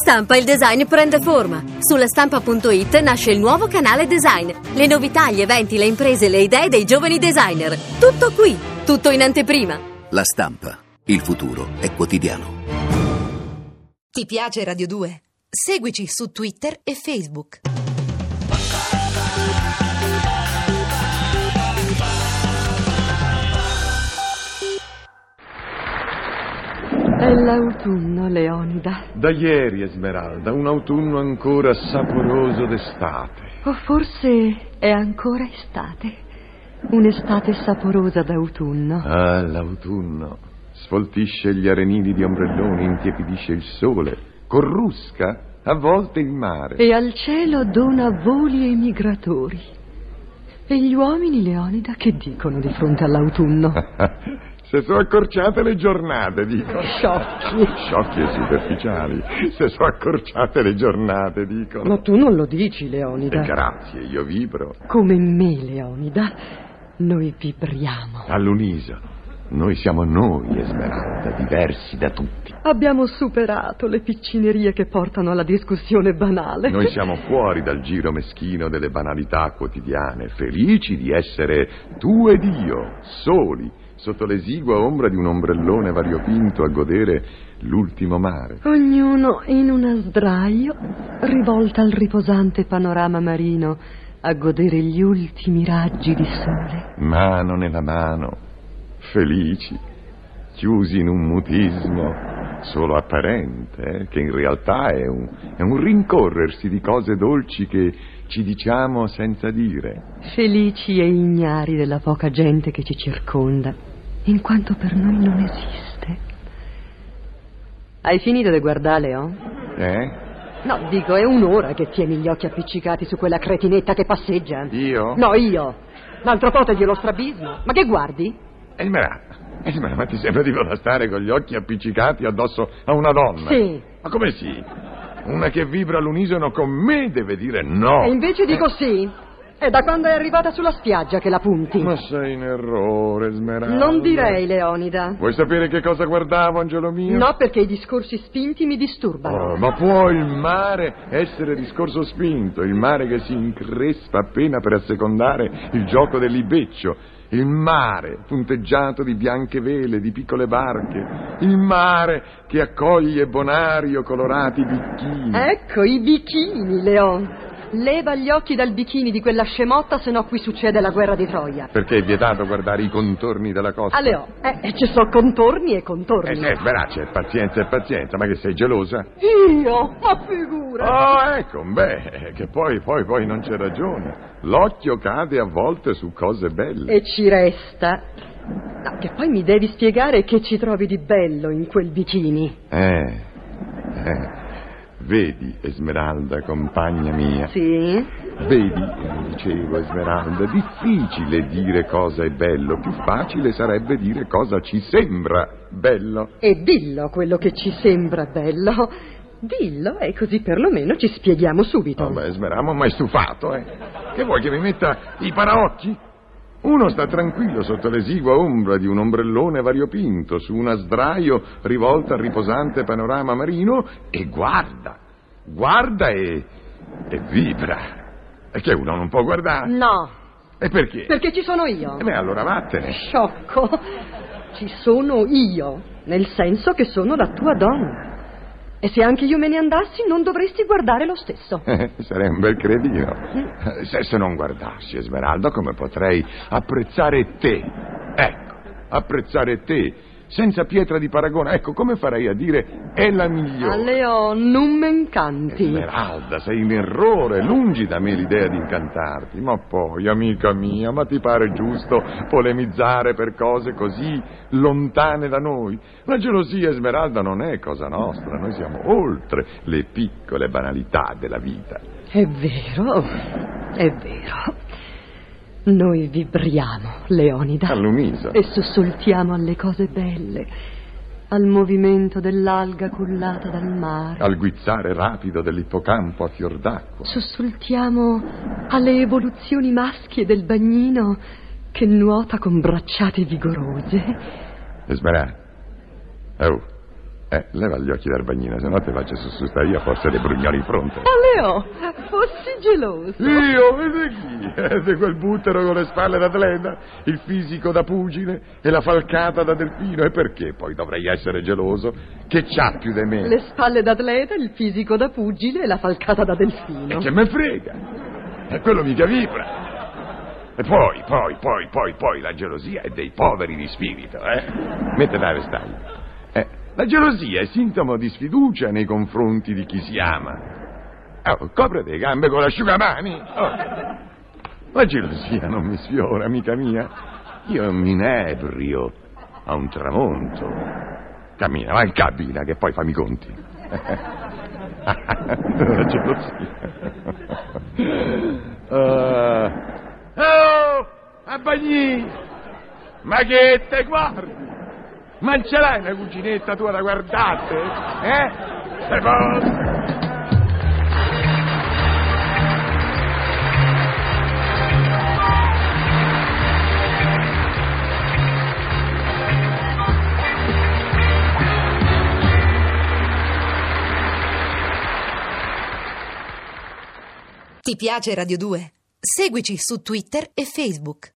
Stampa il design prende forma. Sulla stampa.it nasce il nuovo canale design. Le novità, gli eventi, le imprese, le idee dei giovani designer. Tutto qui, tutto in anteprima. La Stampa. Il futuro è quotidiano. Ti piace Radio 2? Seguici su Twitter e Facebook. È l'autunno, Leonida. Da ieri, Esmeralda, un autunno ancora saporoso d'estate. O forse è ancora estate. Un'estate saporosa d'autunno. Ah, l'autunno. Sfoltisce gli arenili di ombrelloni, intiepidisce il sole, corrusca a volte il mare. E al cielo dona voli ai migratori. E gli uomini, Leonida, che dicono di fronte all'autunno? Se sono accorciate le giornate, dicono. Sciocchi. Sciocchi e superficiali. Se sono accorciate le giornate, dicono. Ma tu non lo dici, Leonida. E grazie, io vibro. Come me, Leonida, noi vibriamo. All'unisono. Noi siamo noi, Esmeralda, diversi da tutti. Abbiamo superato le piccinerie che portano alla discussione banale. Noi siamo fuori dal giro meschino delle banalità quotidiane, felici di essere tu ed io, soli, sotto l'esigua ombra di un ombrellone variopinto a godere l'ultimo mare. Ognuno in una sdraio, rivolta al riposante panorama marino, a godere gli ultimi raggi di sole. Mano nella mano, felici, chiusi in un mutismo solo apparente, che in realtà è un rincorrersi di cose dolci che ci diciamo senza dire. Felici e ignari della poca gente che ci circonda, in quanto per noi non esiste. Hai finito di guardare, oh? No, dico, è un'ora che tieni gli occhi appiccicati su quella cretinetta che passeggia. Io? No, io. L'altro po' glielo strabismo. Ma che guardi? Esmeralda, ma ti sembra di voler stare con gli occhi appiccicati addosso a una donna? Sì. Ma come sì? Una che vibra all'unisono con me deve dire no. E invece dico sì. È da quando è arrivata sulla spiaggia che la punti. Ma sei in errore, Esmeralda. Non direi, Leonida. Vuoi sapere che cosa guardavo, angelo mio? No, perché i discorsi spinti mi disturbano. Oh, ma può il mare essere discorso spinto? Il mare che si increspa appena per assecondare il gioco dell'ibeccio. Il mare punteggiato di bianche vele, di piccole barche. Il mare che accoglie bonario colorati bicchini. Ecco, i bikini, Leon. Leva gli occhi dal bikini di quella scemotta, se no qui succede la guerra di Troia. Perché è vietato guardare i contorni della costa? Leo, ci sono contorni e contorni. Verace, pazienza e pazienza, ma che sei gelosa? Io? Ma figura! Oh, ecco, che poi non c'è ragione. L'occhio cade a volte su cose belle. E ci resta. No, che poi mi devi spiegare che ci trovi di bello in quel bikini. Vedi, Esmeralda, compagna mia. Sì? Vedi, dicevo, Esmeralda, difficile dire cosa è bello, più facile sarebbe dire cosa ci sembra bello. E dillo quello che ci sembra bello. Dillo, e così perlomeno ci spieghiamo subito. Oh, Esmeralda, ma è stufato, Che vuoi che mi metta i paraocchi? Uno sta tranquillo sotto l'esigua ombra di un ombrellone variopinto, su una sdraio rivolta al riposante panorama marino, e guarda e vibra. E che uno non può guardare? No. E perché? Perché ci sono io. Allora vattene. Sciocco. Ci sono io, nel senso che sono la tua donna. E se anche io me ne andassi, non dovresti guardare lo stesso. Sarei un bel cretino. Se non guardassi, Esmeralda, come potrei apprezzare te? Ecco, apprezzare te, senza pietra di paragone. Ecco, come farei a dire è la migliore? Leo, non me incanti. Esmeralda, sei in errore, lungi da me l'idea di incantarti. Ma poi, amica mia, ma ti pare giusto polemizzare per cose così lontane da noi? La gelosia, Esmeralda, non è cosa nostra. Noi siamo oltre le piccole banalità della vita. È vero, è vero. Noi vibriamo, Leonida. All'unisono. E sussultiamo alle cose belle, al movimento dell'alga cullata dal mare, al guizzare rapido dell'ippocampo a fior d'acqua. Sussultiamo alle evoluzioni maschie del bagnino che nuota con bracciate vigorose. Esmeralda, Leva gli occhi dal bagnino, se no te faccio sussusta io, forse le brugnoli in fronte. Leo, fossi geloso. Io? E di chi? Di quel buttero con le spalle d'atleta, il fisico da pugile e la falcata da delfino. E perché poi dovrei essere geloso? Che c'ha più di me? Le spalle d'atleta, il fisico da pugile e la falcata da delfino. E che me frega? E quello mica vibra. E poi la gelosia è dei poveri di spirito, Mette la vestaglia. La gelosia è sintomo di sfiducia nei confronti di chi si ama. Copre le gambe con l'asciugamani. La gelosia non mi sfiora, amica mia. Io mi inebrio a un tramonto. Cammina, va in cabina che poi fammi i conti. La gelosia. Abbagnì! Ma che te guardi? Ma non ce l'hai una cuginetta tua da guardate? Se posso? Ti piace Radio 2? Seguici su Twitter e Facebook.